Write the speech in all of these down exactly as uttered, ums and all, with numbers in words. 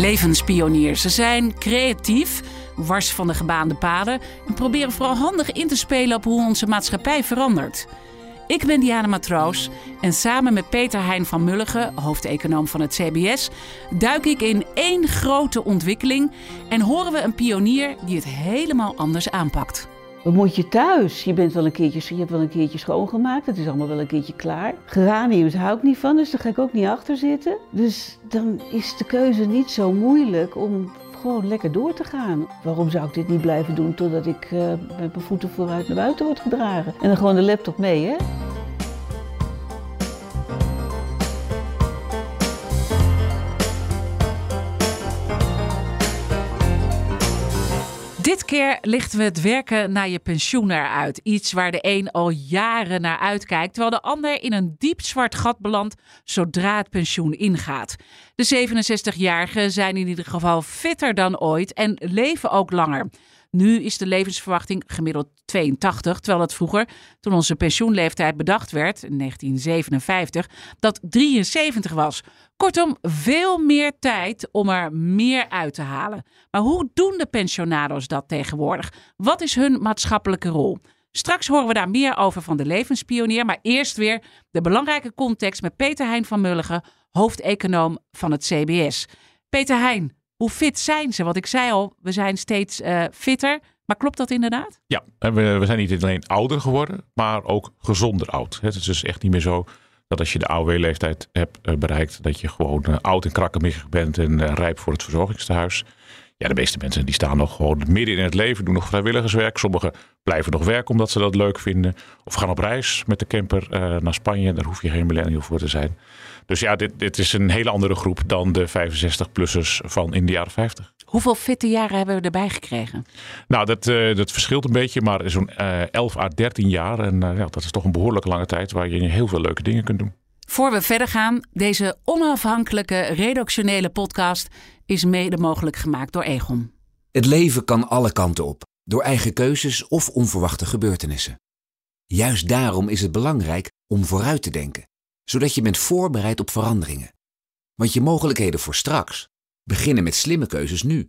Levenspioniers. Ze zijn creatief, wars van de gebaande paden en proberen vooral handig in te spelen op hoe onze maatschappij verandert. Ik ben Diana Matroos en samen met Peter Hein van Mulligen, hoofdeconoom van het C B S, duik ik in één grote ontwikkeling en horen we een pionier die het helemaal anders aanpakt. Wat moet je thuis? Je, bent wel een keertje, je hebt wel een keertje schoongemaakt, het is allemaal wel een keertje klaar. Geraniums hou ik niet van, dus daar ga ik ook niet achter zitten. Dus dan is de keuze niet zo moeilijk om gewoon lekker door te gaan. Waarom zou ik dit niet blijven doen totdat ik uh, met mijn voeten vooruit naar buiten word gedragen? En dan gewoon de laptop mee, hè? Dit keer lichten we het werken naar je pensioen eruit. Iets waar de een al jaren naar uitkijkt, terwijl de ander in een diep zwart gat belandt zodra het pensioen ingaat. De zevenenzestig-jarigen zijn in ieder geval fitter dan ooit en leven ook langer. Nu is de levensverwachting gemiddeld tweeëntachtig, terwijl het vroeger, toen onze pensioenleeftijd bedacht werd, in negentien zevenenvijftig, dat drieënzeventig was. Kortom, veel meer tijd om er meer uit te halen. Maar hoe doen de pensionado's dat tegenwoordig? Wat is hun maatschappelijke rol? Straks horen we daar meer over van de levenspionier, maar eerst weer de belangrijke context met Peter Hein van Mulligen, hoofdeconoom van het C B S. Peter Hein, hoe fit zijn ze? Want ik zei al, we zijn steeds uh, fitter. Maar klopt dat inderdaad? Ja, we, we zijn niet alleen ouder geworden, maar ook gezonder oud. Het is dus echt niet meer zo dat als je de A O W-leeftijd hebt uh, bereikt, dat je gewoon uh, oud en krakkemikkig bent en uh, rijp voor het verzorgingstehuis. Ja, de meeste mensen die staan nog gewoon midden in het leven, doen nog vrijwilligerswerk. Sommigen blijven nog werken omdat ze dat leuk vinden. Of gaan op reis met de camper uh, naar Spanje. Daar hoef je geen millennial voor te zijn. Dus ja, dit, dit is een hele andere groep dan de vijfenzestig-plussers van in de jaren vijftig. Hoeveel fitte jaren hebben we erbij gekregen? Nou, dat, uh, dat verschilt een beetje, maar zo'n uh, elf à dertien jaar. En uh, ja, dat is toch een behoorlijk lange tijd waar je heel veel leuke dingen kunt doen. Voor we verder gaan, deze onafhankelijke redactionele podcast is mede mogelijk gemaakt door Egon. Het leven kan alle kanten op, door eigen keuzes of onverwachte gebeurtenissen. Juist daarom is het belangrijk om vooruit te denken, zodat je bent voorbereid op veranderingen. Want je mogelijkheden voor straks beginnen met slimme keuzes nu.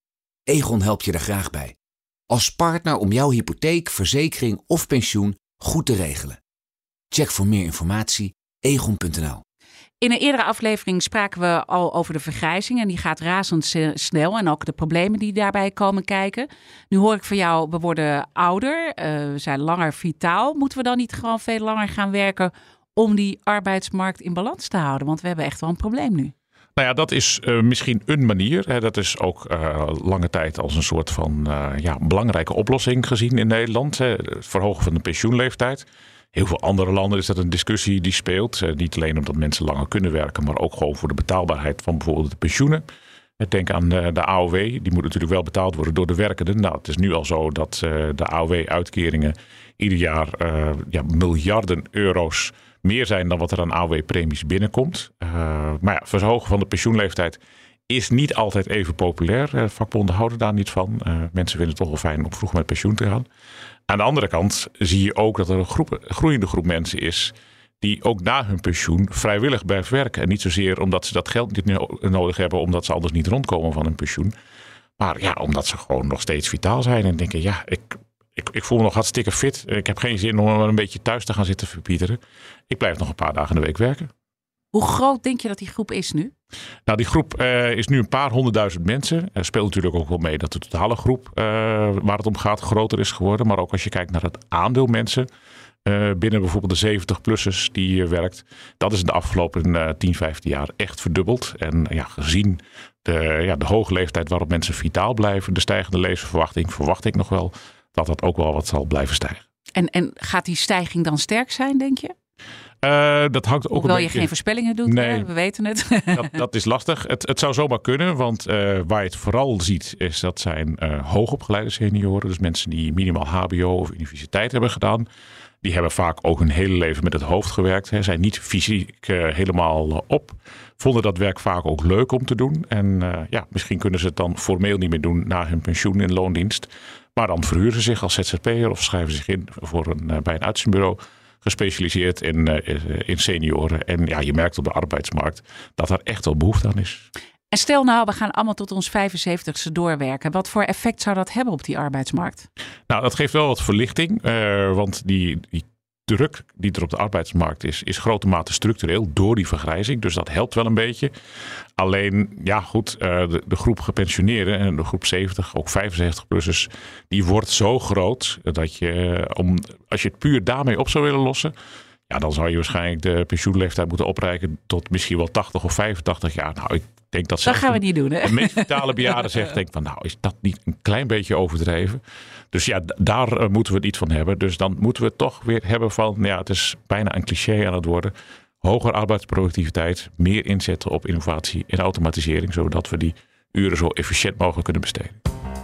Egon helpt je daar graag bij. Als partner om jouw hypotheek, verzekering of pensioen goed te regelen. Check voor meer informatie egon punt n l. In een eerdere aflevering spraken we al over de vergrijzing en die gaat razendsnel en ook de problemen die daarbij komen kijken. Nu hoor ik van jou, we worden ouder, uh, we zijn langer vitaal. Moeten we dan niet gewoon veel langer gaan werken om die arbeidsmarkt in balans te houden? Want we hebben echt wel een probleem nu. Nou ja, dat is uh, misschien een manier. Hè. Dat is ook uh, lange tijd als een soort van uh, ja, belangrijke oplossing gezien in Nederland. Hè. Het verhogen van de pensioenleeftijd. Heel veel andere landen is dat een discussie die speelt. Uh, niet alleen omdat mensen langer kunnen werken, maar ook gewoon voor de betaalbaarheid van bijvoorbeeld de pensioenen. Denk aan uh, de A O W. Die moet natuurlijk wel betaald worden door de werkenden. Nou, het is nu al zo dat uh, de A O W-uitkeringen ieder jaar uh, ja, miljarden euro's meer zijn dan wat er aan A O W-premies binnenkomt. Uh, maar ja, verhogen van de pensioenleeftijd is niet altijd even populair. Uh, vakbonden houden daar niet van. Uh, mensen vinden het toch wel fijn om vroeg met pensioen te gaan. Aan de andere kant zie je ook dat er een, groep, een groeiende groep mensen is die ook na hun pensioen vrijwillig blijft werken. En niet zozeer omdat ze dat geld niet nodig hebben, omdat ze anders niet rondkomen van hun pensioen. Maar ja, omdat ze gewoon nog steeds vitaal zijn en denken, ja, ik, ik, ik voel me nog hartstikke fit. Ik heb geen zin om een beetje thuis te gaan zitten verpieteren. Ik blijf nog een paar dagen in de week werken. Hoe groot denk je dat die groep is nu? Nou, die groep uh, is nu een paar honderdduizend mensen. Er speelt natuurlijk ook wel mee dat de totale groep uh, waar het om gaat groter is geworden. Maar ook als je kijkt naar het aandeel mensen uh, binnen bijvoorbeeld de zeventig-plussers die uh, werkt. Dat is in de afgelopen uh, tien, vijftien jaar echt verdubbeld. En uh, ja, gezien de, ja, de hoge leeftijd waarop mensen vitaal blijven, de stijgende levensverwachting, verwacht ik nog wel dat dat ook wel wat zal blijven stijgen. En, en gaat die stijging dan sterk zijn, denk je? Uh, dat hangt ook Hoewel een je beetje... geen voorspellingen doet, nee, hè? We weten het. Dat, dat is lastig. Het, het zou zomaar kunnen, want uh, waar je het vooral ziet, is dat zijn uh, hoogopgeleide senioren. Dus mensen die minimaal H B O of universiteit hebben gedaan. Die hebben vaak ook hun hele leven met het hoofd gewerkt. Hè. Zijn niet fysiek uh, helemaal op. Vonden dat werk vaak ook leuk om te doen. En uh, ja, misschien kunnen ze het dan formeel niet meer doen na hun pensioen in loondienst. Maar dan verhuren ze zich als Z Z P'er of schrijven zich in voor een, uh, bij een uitzendbureau. Gespecialiseerd in, uh, in senioren. En ja, je merkt op de arbeidsmarkt dat daar echt wel behoefte aan is. En stel nou, we gaan allemaal tot ons vijfenzeventigste doorwerken. Wat voor effect zou dat hebben op die arbeidsmarkt? Nou, dat geeft wel wat verlichting. Uh, want die, die druk die er op de arbeidsmarkt is, is grote mate structureel door die vergrijzing. Dus dat helpt wel een beetje. Alleen, ja goed, uh, de, de groep gepensioneerden en de groep zeventig, ook vijfenzeventig-plussers, die wordt zo groot dat je, om, als je het puur daarmee op zou willen lossen, ja, dan zou je waarschijnlijk de pensioenleeftijd moeten opreiken tot misschien wel tachtig of vijfentachtig jaar. Nou, ik denk dat dat gaan we niet doen, hè? De meest vitale bejaarden zegt, denk van, nou, is dat niet een klein beetje overdreven? Dus ja, d- daar uh, moeten we het niet van hebben. Dus dan moeten we het toch weer hebben van, ja, het is bijna een cliché aan het worden. Hoger arbeidsproductiviteit, meer inzetten op innovatie en automatisering, zodat we die uren zo efficiënt mogelijk kunnen besteden.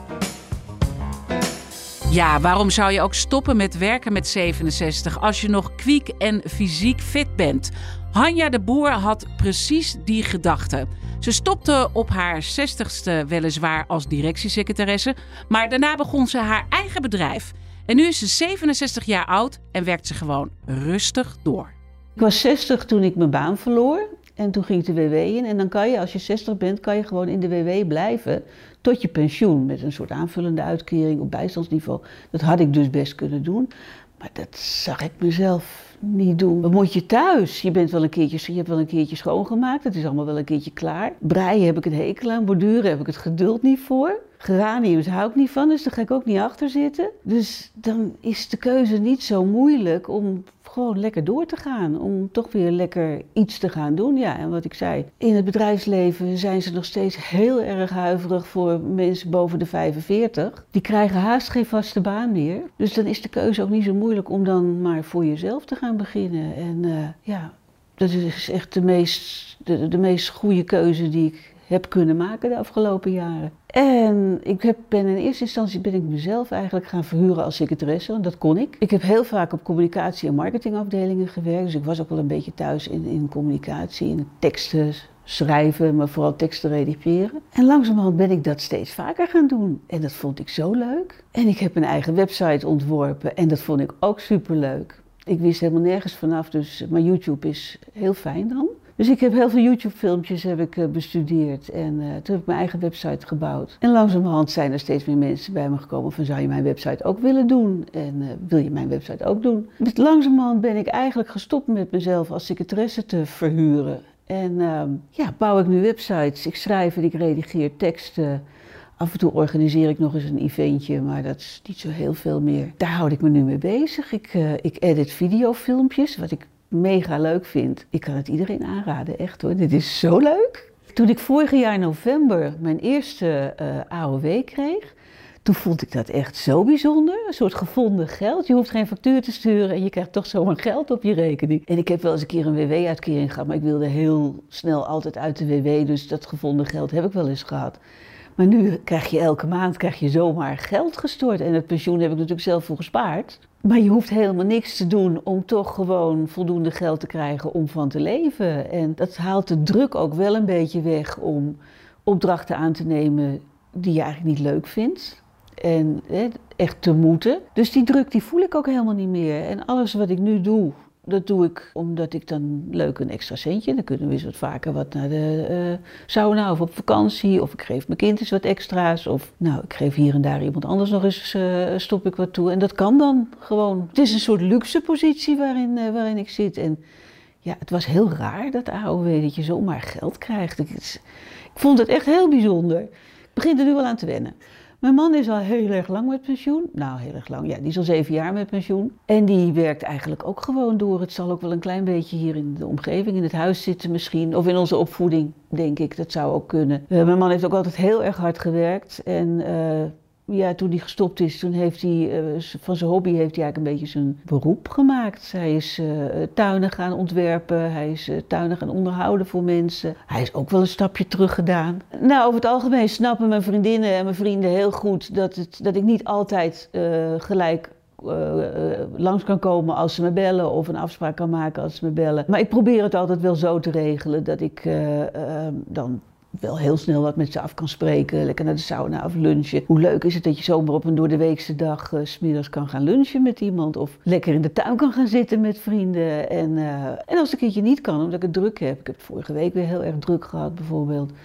Ja, waarom zou je ook stoppen met werken met zevenenzestig als je nog kwiek en fysiek fit bent? Hanja de Boer had precies die gedachte. Ze stopte op haar zestigste weliswaar als directiesecretaresse, maar daarna begon ze haar eigen bedrijf. En nu is ze zevenenzestig jaar oud en werkt ze gewoon rustig door. Ik was zestig toen ik mijn baan verloor en toen ging ik de W W in. En dan kan je, als je zestig bent, kan je gewoon in de W W blijven tot je pensioen. Met een soort aanvullende uitkering op bijstandsniveau. Dat had ik dus best kunnen doen. Maar dat zag ik mezelf niet doen. Wat moet je thuis? Je bent wel een keertje, je hebt wel een keertje schoongemaakt. Het is allemaal wel een keertje klaar. Breien heb ik een hekel aan. Borduren heb ik het geduld niet voor. Geraniums hou ik niet van, dus daar ga ik ook niet achter zitten. Dus dan is de keuze niet zo moeilijk om gewoon lekker door te gaan. Om toch weer lekker iets te gaan doen. Ja, en wat ik zei, in het bedrijfsleven zijn ze nog steeds heel erg huiverig voor mensen boven de vijfenveertig. Die krijgen haast geen vaste baan meer. Dus dan is de keuze ook niet zo moeilijk om dan maar voor jezelf te gaan beginnen. En uh, ja, dat is echt de meest, de, de meest goede keuze die ik heb kunnen maken de afgelopen jaren. En ik heb, ben in eerste instantie ben ik mezelf eigenlijk gaan verhuren als secretaresse, want dat kon ik. Ik heb heel vaak op communicatie- en marketingafdelingen gewerkt, dus ik was ook wel een beetje thuis in, in communicatie, in teksten schrijven, maar vooral teksten redigeren. En langzamerhand ben ik dat steeds vaker gaan doen. En dat vond ik zo leuk. En ik heb een eigen website ontworpen en dat vond ik ook superleuk. Ik wist helemaal nergens vanaf, dus, maar YouTube is heel fijn dan. Dus ik heb heel veel YouTube-filmpjes heb ik bestudeerd en uh, toen heb ik mijn eigen website gebouwd. En langzamerhand zijn er steeds meer mensen bij me gekomen van, zou je mijn website ook willen doen? En uh, wil je mijn website ook doen? Dus langzamerhand ben ik eigenlijk gestopt met mezelf als secretaresse te verhuren. En uh, ja, bouw ik nu websites, ik schrijf en ik redigeer teksten. Af en toe organiseer ik nog eens een eventje, maar dat is niet zo heel veel meer. Daar houd ik me nu mee bezig. Ik, uh, ik edit videofilmpjes, wat ik mega leuk vind. Ik kan het iedereen aanraden, echt hoor. Dit is zo leuk. Toen ik vorig jaar november mijn eerste uh, A O W kreeg, toen vond ik dat echt zo bijzonder. Een soort gevonden geld. Je hoeft geen factuur te sturen en je krijgt toch zomaar geld op je rekening. En ik heb wel eens een keer een W W-uitkering gehad, maar ik wilde heel snel altijd uit de W W, dus dat gevonden geld heb ik wel eens gehad. Maar nu krijg je elke maand krijg je zomaar geld gestort. En het pensioen heb ik natuurlijk zelf voor gespaard. Maar je hoeft helemaal niks te doen om toch gewoon voldoende geld te krijgen om van te leven. En dat haalt de druk ook wel een beetje weg om opdrachten aan te nemen die je eigenlijk niet leuk vindt. En hè, echt te moeten. Dus die druk die voel ik ook helemaal niet meer. En alles wat ik nu doe, dat doe ik omdat ik dan leuk een extra centje. Dan kunnen we eens wat vaker wat naar de uh, sauna of op vakantie. Of ik geef mijn kind eens wat extra's. Of nou, ik geef hier en daar iemand anders nog eens, uh, stop ik wat toe. En dat kan dan gewoon. Het is een soort luxe positie waarin, uh, waarin ik zit. En ja, het was heel raar dat A O W, dat je zomaar geld krijgt. Ik, ik vond het echt heel bijzonder. Ik begin er nu wel aan te wennen. Mijn man is al heel erg lang met pensioen. Nou, heel erg lang. Ja, die is al zeven jaar met pensioen. En die werkt eigenlijk ook gewoon door. Het zal ook wel een klein beetje hier in de omgeving, in het huis zitten misschien. Of in onze opvoeding, denk ik. Dat zou ook kunnen. Uh, mijn man heeft ook altijd heel erg hard gewerkt. En uh, ja, toen hij gestopt is, toen heeft hij uh, van zijn hobby heeft hij eigenlijk een beetje zijn beroep gemaakt. Hij is uh, tuinen gaan ontwerpen. Hij is uh, tuinen gaan onderhouden voor mensen. Hij is ook wel een stapje terug gedaan. Nou, over het algemeen snappen mijn vriendinnen en mijn vrienden heel goed dat, het, dat ik niet altijd uh, gelijk Uh, uh, langs kan komen als ze me bellen of een afspraak kan maken als ze me bellen. Maar ik probeer het altijd wel zo te regelen dat ik uh, uh, dan wel heel snel wat met ze af kan spreken. Lekker naar de sauna of lunchen. Hoe leuk is het dat je zomaar op een doordeweekse dag uh, 's middags kan gaan lunchen met iemand. Of lekker in de tuin kan gaan zitten met vrienden. En, uh, en als het een keertje niet kan, omdat ik het druk heb. Ik heb het vorige week weer heel erg druk gehad bijvoorbeeld.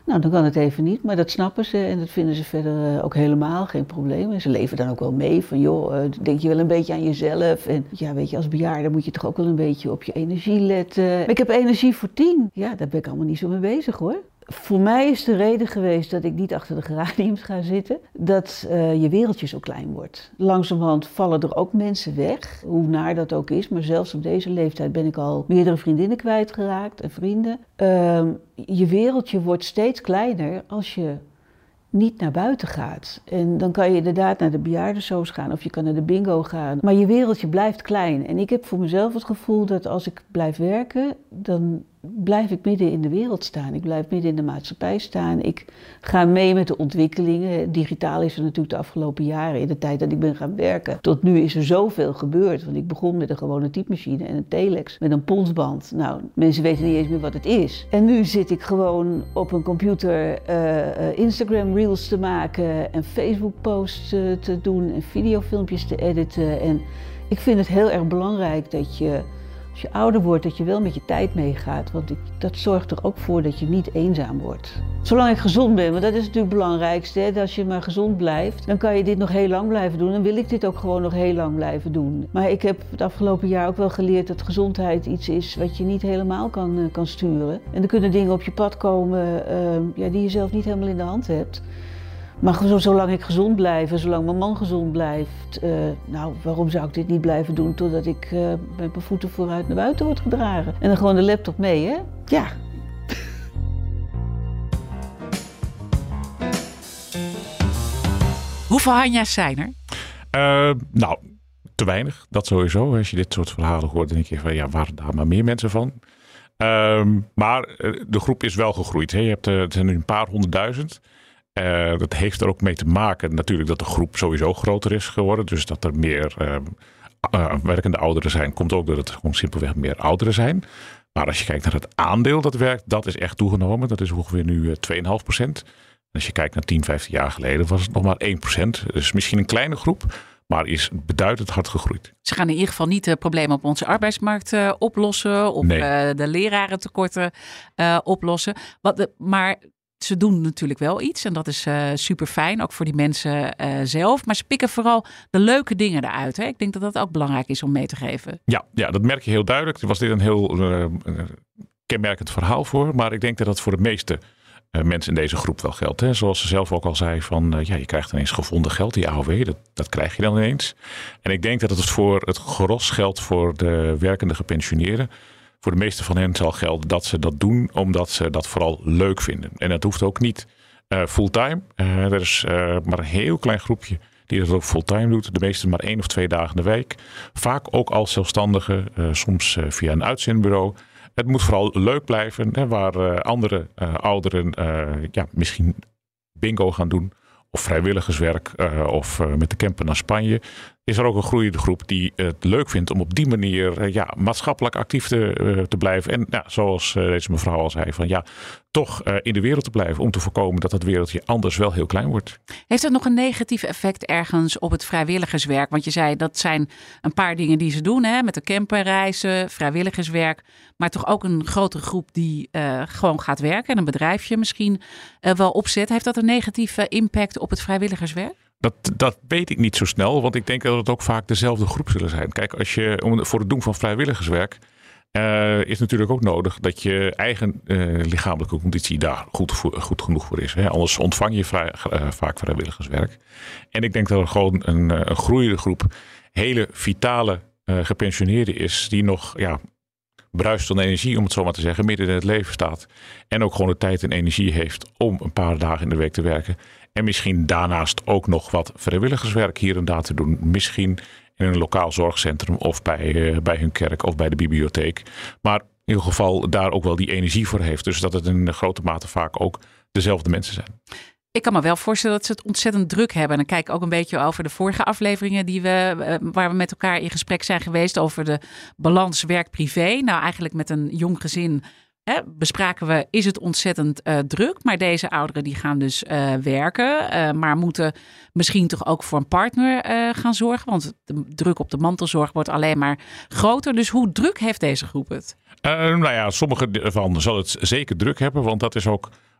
Nou, dan kan het even niet, maar dat snappen ze en dat vinden ze verder uh, ook helemaal geen probleem. En ze leven dan ook wel mee van, joh, uh, denk je wel een beetje aan jezelf. En ja, weet je, als bejaarde moet je toch ook wel een beetje op je energie letten. Maar ik heb energie voor tien. Ja, daar ben ik allemaal niet zo mee bezig hoor. Voor mij is de reden geweest dat ik niet achter de geraniums ga zitten, dat uh, je wereldje zo klein wordt. Langzamerhand vallen er ook mensen weg, hoe naar dat ook is. Maar zelfs op deze leeftijd ben ik al meerdere vriendinnen kwijtgeraakt en vrienden. Uh, je wereldje wordt steeds kleiner als je niet naar buiten gaat. En dan kan je inderdaad naar de bejaardensoos gaan of je kan naar de bingo gaan. Maar je wereldje blijft klein. En ik heb voor mezelf het gevoel dat als ik blijf werken, dan blijf ik midden in de wereld staan. Ik blijf midden in de maatschappij staan. Ik ga mee met de ontwikkelingen. Digitaal is er natuurlijk de afgelopen jaren, in de tijd dat ik ben gaan werken, tot nu is er zoveel gebeurd. Want ik begon met een gewone typemachine en een telex met een polsband. Nou, mensen weten niet eens meer wat het is. En nu zit ik gewoon op een computer uh, uh, Instagram reels te maken en Facebook posts uh, te doen en videofilmpjes te editen. En ik vind het heel erg belangrijk dat je, als je ouder wordt, dat je wel met je tijd meegaat. Want ik, dat zorgt er ook voor dat je niet eenzaam wordt. Zolang ik gezond ben, want dat is natuurlijk het belangrijkste. Hè? Als je maar gezond blijft, dan kan je dit nog heel lang blijven doen. Dan wil ik dit ook gewoon nog heel lang blijven doen. Maar ik heb het afgelopen jaar ook wel geleerd dat gezondheid iets is wat je niet helemaal kan, uh, kan sturen. En er kunnen dingen op je pad komen uh, ja, die je zelf niet helemaal in de hand hebt. Maar zolang ik gezond blijf en zolang mijn man gezond blijft, uh, nou, waarom zou ik dit niet blijven doen totdat ik uh, met mijn voeten vooruit naar buiten word gedragen? En dan gewoon de laptop mee, hè? Ja. Hoeveel Hanja's zijn er? Uh, nou, te weinig. Dat sowieso. Als je dit soort verhalen hoort, dan denk je van, ja, waren daar maar meer mensen van? Um, maar uh, de groep is wel gegroeid. Hè? Je hebt, uh, het zijn nu een paar honderdduizend. Uh, dat heeft er ook mee te maken natuurlijk dat de groep sowieso groter is geworden. Dus dat er meer uh, uh, werkende ouderen zijn, komt ook doordat er gewoon simpelweg meer ouderen zijn. Maar als je kijkt naar het aandeel dat werkt, dat is echt toegenomen. Dat is ongeveer nu uh, twee komma vijf procent. Als je kijkt naar tien, vijftien jaar geleden was het nog maar één procent. Dus misschien een kleine groep, maar is beduidend hard gegroeid. Ze gaan in ieder geval niet de problemen op onze arbeidsmarkt uh, oplossen. Of nee. uh, de lerarentekorten uh, oplossen. Wat de, maar ze doen natuurlijk wel iets en dat is uh, super fijn, ook voor die mensen uh, zelf. Maar ze pikken vooral de leuke dingen eruit. Hè? Ik denk dat dat ook belangrijk is om mee te geven. Ja, ja, dat merk je heel duidelijk. Er was dit een heel uh, kenmerkend verhaal voor. Maar ik denk dat dat voor de meeste uh, mensen in deze groep wel geldt. Hè? Zoals ze zelf ook al zei, van, uh, ja, je krijgt ineens gevonden geld, die A O W. Dat, dat krijg je dan ineens. En ik denk dat het voor het gros geldt voor de werkende gepensioneerden. Voor de meeste van hen zal gelden dat ze dat doen omdat ze dat vooral leuk vinden. En dat hoeft ook niet uh, fulltime. Uh, er is uh, maar een heel klein groepje die dat ook fulltime doet. De meeste maar één of twee dagen in de week. Vaak ook als zelfstandige, uh, soms uh, via een uitzendbureau. Het moet vooral leuk blijven. Hè, waar uh, andere uh, ouderen uh, ja, misschien bingo gaan doen. Of vrijwilligerswerk uh, of uh, met de camper naar Spanje. Is er ook een groeiende groep die het leuk vindt om op die manier uh, ja, maatschappelijk actief te, uh, te blijven. En ja, zoals uh, deze mevrouw al zei, van ja, toch uh, in de wereld te blijven. Om te voorkomen dat het wereldje anders wel heel klein wordt. Heeft dat nog een negatief effect ergens op het vrijwilligerswerk? Want je zei dat zijn een paar dingen die ze doen. Hè? Met de camperreizen, vrijwilligerswerk. Maar toch ook een grotere groep die uh, gewoon gaat werken. En een bedrijfje misschien uh, wel opzet. Heeft dat een negatieve impact op het vrijwilligerswerk? Dat, dat weet ik niet zo snel, want ik denk dat het ook vaak dezelfde groep zullen zijn. Kijk, als je om, voor het doen van vrijwilligerswerk uh, is natuurlijk ook nodig dat je eigen uh, lichamelijke conditie daar goed, voor, goed genoeg voor is. Hè? Anders ontvang je vrij, uh, vaak vrijwilligerswerk. En ik denk dat er gewoon een, een groeiende groep hele vitale uh, gepensioneerden is die nog ja, bruist van energie, om het zo maar te zeggen, midden in het leven staat. En ook gewoon de tijd en energie heeft om een paar dagen in de week te werken. En misschien daarnaast ook nog wat vrijwilligerswerk hier en daar te doen. Misschien in een lokaal zorgcentrum of bij, uh, bij hun kerk of bij de bibliotheek. Maar in ieder geval daar ook wel die energie voor heeft. Dus dat het in grote mate vaak ook dezelfde mensen zijn. Ik kan me wel voorstellen dat ze het ontzettend druk hebben. En dan kijk ik ook een beetje over de vorige afleveringen die we, waar we met elkaar in gesprek zijn geweest over de balans werk-privé. Nou, eigenlijk met een jong gezin hè, bespraken we, is het ontzettend uh, druk. Maar deze ouderen die gaan dus uh, werken, uh, maar moeten misschien toch ook voor een partner uh, gaan zorgen. Want de druk op de mantelzorg wordt alleen maar groter. Dus hoe druk heeft deze groep het? Uh, nou ja, sommigen van zullen het zeker druk hebben, want dat is ook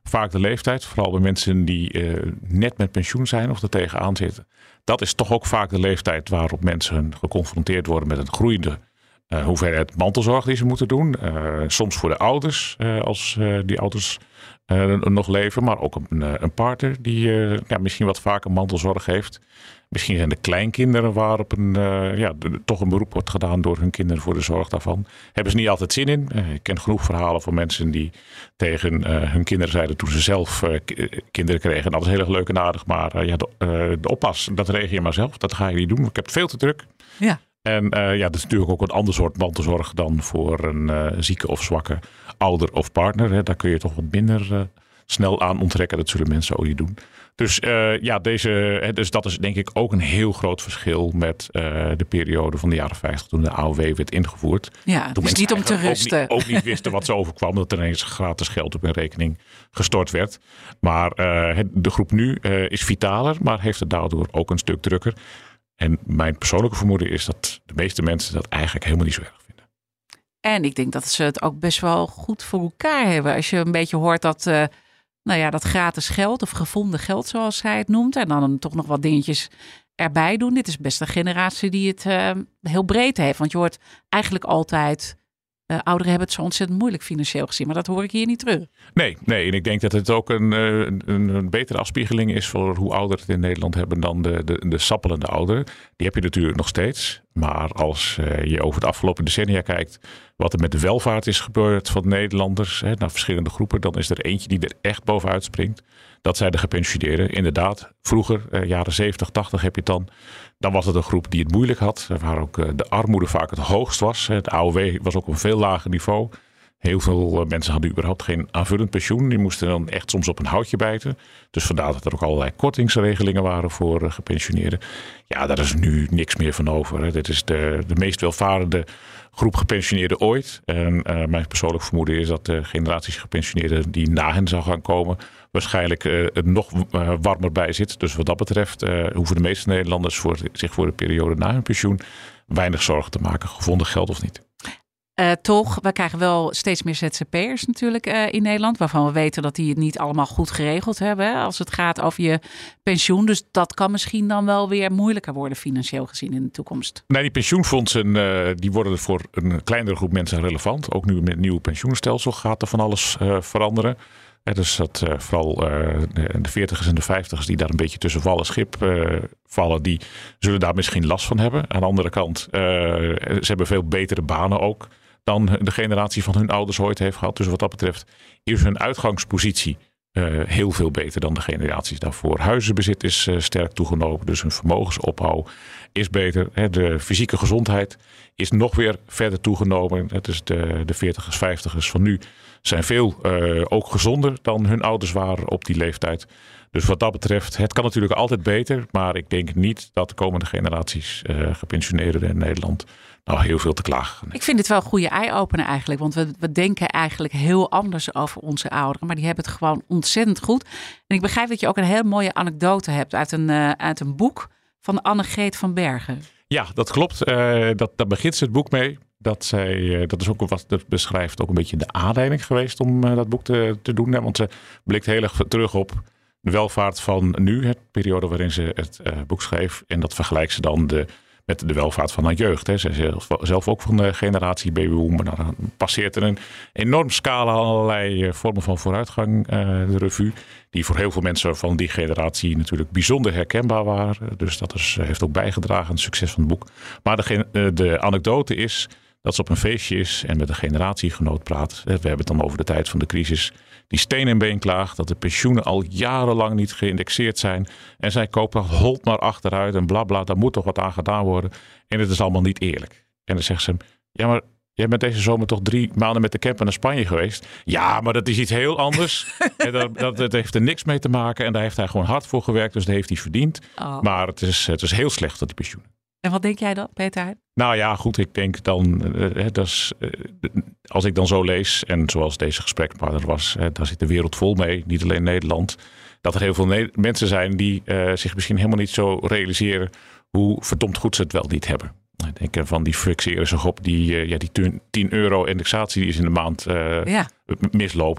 vaak de leeftijd. Vooral bij mensen die uh, net met pensioen zijn of er tegenaan zitten. Dat is toch ook vaak de leeftijd waarop mensen geconfronteerd worden met een groeiende uh, hoeveelheid mantelzorg die ze moeten doen. Uh, soms voor de ouders, uh, als uh, die ouders uh, nog leven. Maar ook een, een partner die uh, ja, misschien wat vaker mantelzorg heeft. Misschien zijn de kleinkinderen waarop een, uh, ja, de, toch een beroep wordt gedaan door hun kinderen voor de zorg daarvan. Hebben ze niet altijd zin in. Uh, ik ken genoeg verhalen van mensen die tegen uh, hun kinderen zeiden toen ze zelf uh, k- kinderen kregen. Dat is heel erg leuk en aardig, maar uh, ja, de, uh, de oppas, dat regel je maar zelf. Dat ga je niet doen. Ik heb het veel te druk. Ja. En uh, ja, dat is natuurlijk ook een ander soort mantelzorg dan voor een uh, zieke of zwakke ouder of partner. Hè. Daar kun je toch wat minder uh, snel aan onttrekken. Dat zullen mensen ook niet doen. Dus uh, ja, deze, dus dat is denk ik ook een heel groot verschil met uh, de periode van de jaren vijftig toen de A O W werd ingevoerd. Ja, toen dus niet om te rusten. Ook niet, ook niet wisten wat ze overkwam, dat er ineens gratis geld op hun rekening gestort werd. Maar uh, de groep nu uh, is vitaler, maar heeft het daardoor ook een stuk drukker. En mijn persoonlijke vermoeden is dat de meeste mensen dat eigenlijk helemaal niet zo erg vinden. En ik denk dat ze het ook best wel goed voor elkaar hebben. Als je een beetje hoort dat, uh, nou ja, dat gratis geld of gevonden geld zoals zij het noemt. En dan toch nog wat dingetjes erbij doen. Dit is best een generatie die het uh, heel breed heeft. Want je hoort eigenlijk altijd, uh, ouderen hebben het zo ontzettend moeilijk financieel gezien. Maar dat hoor ik hier niet terug. Nee, nee, en ik denk dat het ook een, een, een betere afspiegeling is voor hoe ouderen het in Nederland hebben dan de, de, de sappelende ouderen. Die heb je natuurlijk nog steeds. Maar als uh, je over de afgelopen decennia kijkt wat er met de welvaart is gebeurd van Nederlanders, hè, naar verschillende groepen, dan is er eentje die er echt bovenuit springt. Dat zijn de gepensioneerden. Inderdaad, vroeger, uh, jaren zeventig, tachtig heb je het dan. Dan was het een groep die het moeilijk had. Waar ook uh, de armoede vaak het hoogst was. De A O W was ook op een veel lager niveau. Heel veel uh, mensen hadden überhaupt geen aanvullend pensioen. Die moesten dan echt soms op een houtje bijten. Dus vandaar dat er ook allerlei kortingsregelingen waren voor uh, gepensioneerden. Ja, daar is nu niks meer van over. Hè. Dit is de, de meest welvarende groep gepensioneerden ooit. En uh, mijn persoonlijk vermoeden is dat de generaties gepensioneerden die na hen zou gaan komen waarschijnlijk uh, er nog uh, warmer bij zit. Dus wat dat betreft uh, hoeven de meeste Nederlanders voor, zich voor de periode na hun pensioen weinig zorgen te maken, gevonden geld of niet. Uh, toch, we krijgen wel steeds meer Z Z P'ers natuurlijk uh, in Nederland. Waarvan we weten dat die het niet allemaal goed geregeld hebben. Hè, als het gaat over je pensioen. Dus dat kan misschien dan wel weer moeilijker worden financieel gezien in de toekomst. Nee, die pensioenfondsen uh, die worden voor een kleinere groep mensen relevant. Ook nu met het nieuwe pensioenstelsel gaat er van alles uh, veranderen. Ja, dus dat uh, vooral uh, de veertigers en de vijftigers die daar een beetje tussen wal en schip uh, vallen, die zullen daar misschien last van hebben. Aan de andere kant, uh, ze hebben veel betere banen ook dan de generatie van hun ouders ooit heeft gehad. Dus wat dat betreft is hun uitgangspositie uh, heel veel beter dan de generaties daarvoor. Huizenbezit is uh, sterk toegenomen, dus hun vermogensopbouw is beter. Hè. De fysieke gezondheid is nog weer verder toegenomen. Het is de, de veertigers, vijftigers van nu zijn veel uh, ook gezonder dan hun ouders waren op die leeftijd. Dus wat dat betreft, het kan natuurlijk altijd beter. Maar ik denk niet dat de komende generaties uh, gepensioneerden in Nederland nou heel veel te klagen gaan. Ik vind het wel een goede eye-opener eigenlijk. Want we, we denken eigenlijk heel anders over onze ouderen. Maar die hebben het gewoon ontzettend goed. En ik begrijp dat je ook een heel mooie anekdote hebt uit een, uh, uit een boek van Annegreet van Bergen. Ja, dat klopt. Uh, dat, daar begint ze het boek mee. Dat, zij, uh, dat is ook wat dat beschrijft ook een beetje de aanleiding geweest om uh, dat boek te, te doen. Hè? Want ze blikt heel erg terug op de welvaart van nu, de periode waarin ze het uh, boek schreef. En dat vergelijkt ze dan de, met de welvaart van haar jeugd. Hè. Ze is zelf, zelf ook van de generatie babyboom. Maar dan passeert er een enorm scala allerlei uh, vormen van vooruitgang uh, de revue. Die voor heel veel mensen van die generatie natuurlijk bijzonder herkenbaar waren. Dus dat is, heeft ook bijgedragen aan het succes van het boek. Maar de, uh, de anekdote is dat ze op een feestje is en met een generatiegenoot praat. We hebben het dan over de tijd van de crisis. Die steen en been klaagt dat de pensioenen al jarenlang niet geïndexeerd zijn. En zij koopt dat holt maar achteruit en blabla, daar moet toch wat aan gedaan worden. En het is allemaal niet eerlijk. En dan zegt ze, ja maar jij bent deze zomer toch drie maanden met de camper naar Spanje geweest? Ja, maar dat is iets heel anders. En dat, dat, dat heeft er niks mee te maken. En daar heeft hij gewoon hard voor gewerkt, dus dat heeft hij verdiend. Oh. Maar het is, het is heel slecht dat die pensioenen. En wat denk jij dan, Peter? Nou ja, goed, ik denk dan, uh, dat is, uh, als ik dan zo lees, en zoals deze gesprekspartner was, uh, daar zit de wereld vol mee, niet alleen Nederland, dat er heel veel ne- mensen zijn die uh, zich misschien helemaal niet zo realiseren hoe verdomd goed ze het wel niet hebben. Ik denk van die fixeren zich op die, uh, ja, die tien euro indexatie die is in de maand uh, ja. mislopen.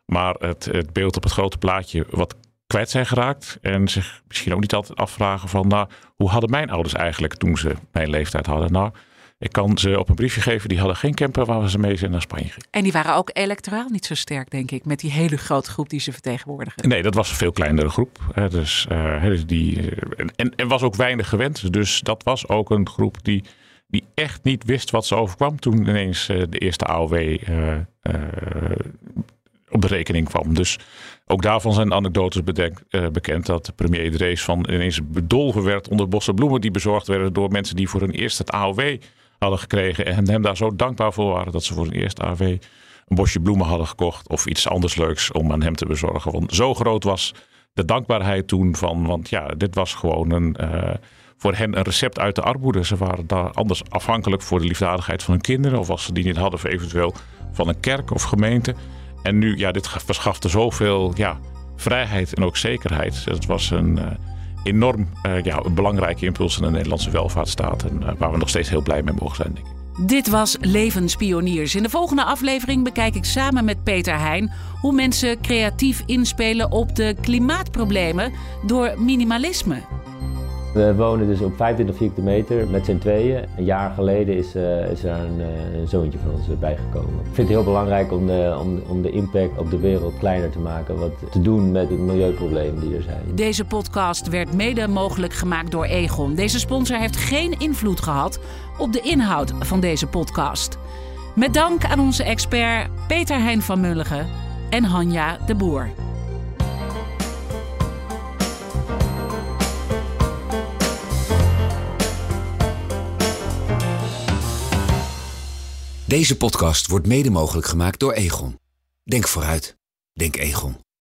maar het, het beeld op het grote plaatje wat kwijt zijn geraakt. En zich misschien ook niet altijd afvragen van, nou, hoe hadden mijn ouders eigenlijk toen ze mijn leeftijd hadden? Nou, ik kan ze op een briefje geven, die hadden geen camper waar we ze mee zijn naar Spanje gingen. En die waren ook electoraal niet zo sterk, denk ik, met die hele grote groep die ze vertegenwoordigen. Nee, dat was een veel kleinere groep. Hè, dus, uh, dus die, uh, en, en was ook weinig gewend. Dus dat was ook een groep die, die echt niet wist wat ze overkwam toen ineens uh, de eerste A O W uh, uh, op de rekening kwam. Dus ook daarvan zijn anekdotes bedenk, uh, bekend dat de premier de race van ineens bedolven werd onder bossen bloemen die bezorgd werden door mensen die voor hun eerst het A O W hadden gekregen en hem daar zo dankbaar voor waren dat ze voor hun eerste A O W een bosje bloemen hadden gekocht of iets anders leuks om aan hem te bezorgen. Want zo groot was de dankbaarheid toen van, want ja, dit was gewoon een, uh, voor hen een recept uit de armoede. Ze waren daar anders afhankelijk voor de liefdadigheid van hun kinderen of als ze die niet hadden, voor eventueel van een kerk of gemeente. En nu, ja, dit verschafte zoveel ja, vrijheid en ook zekerheid. Het was een uh, enorm uh, ja, een belangrijke impuls in de Nederlandse welvaartsstaat. En uh, waar we nog steeds heel blij mee mogen zijn, denk ik. Dit was Levenspioniers. In de volgende aflevering bekijk ik samen met Peter Heijn hoe mensen creatief inspelen op de klimaatproblemen door minimalisme. We wonen dus op vijfentwintig vierkante meter met z'n tweeën. Een jaar geleden is, uh, is er een, uh, een zoontje van ons bijgekomen. Ik vind het heel belangrijk om de, om, om de impact op de wereld kleiner te maken. Wat te doen met de milieuproblemen die er zijn. Deze podcast werd mede mogelijk gemaakt door Egon. Deze sponsor heeft geen invloed gehad op de inhoud van deze podcast. Met dank aan onze expert Peter Heijn van Mulligen en Hanja de Boer. Deze podcast wordt mede mogelijk gemaakt door Egon. Denk vooruit. Denk Egon.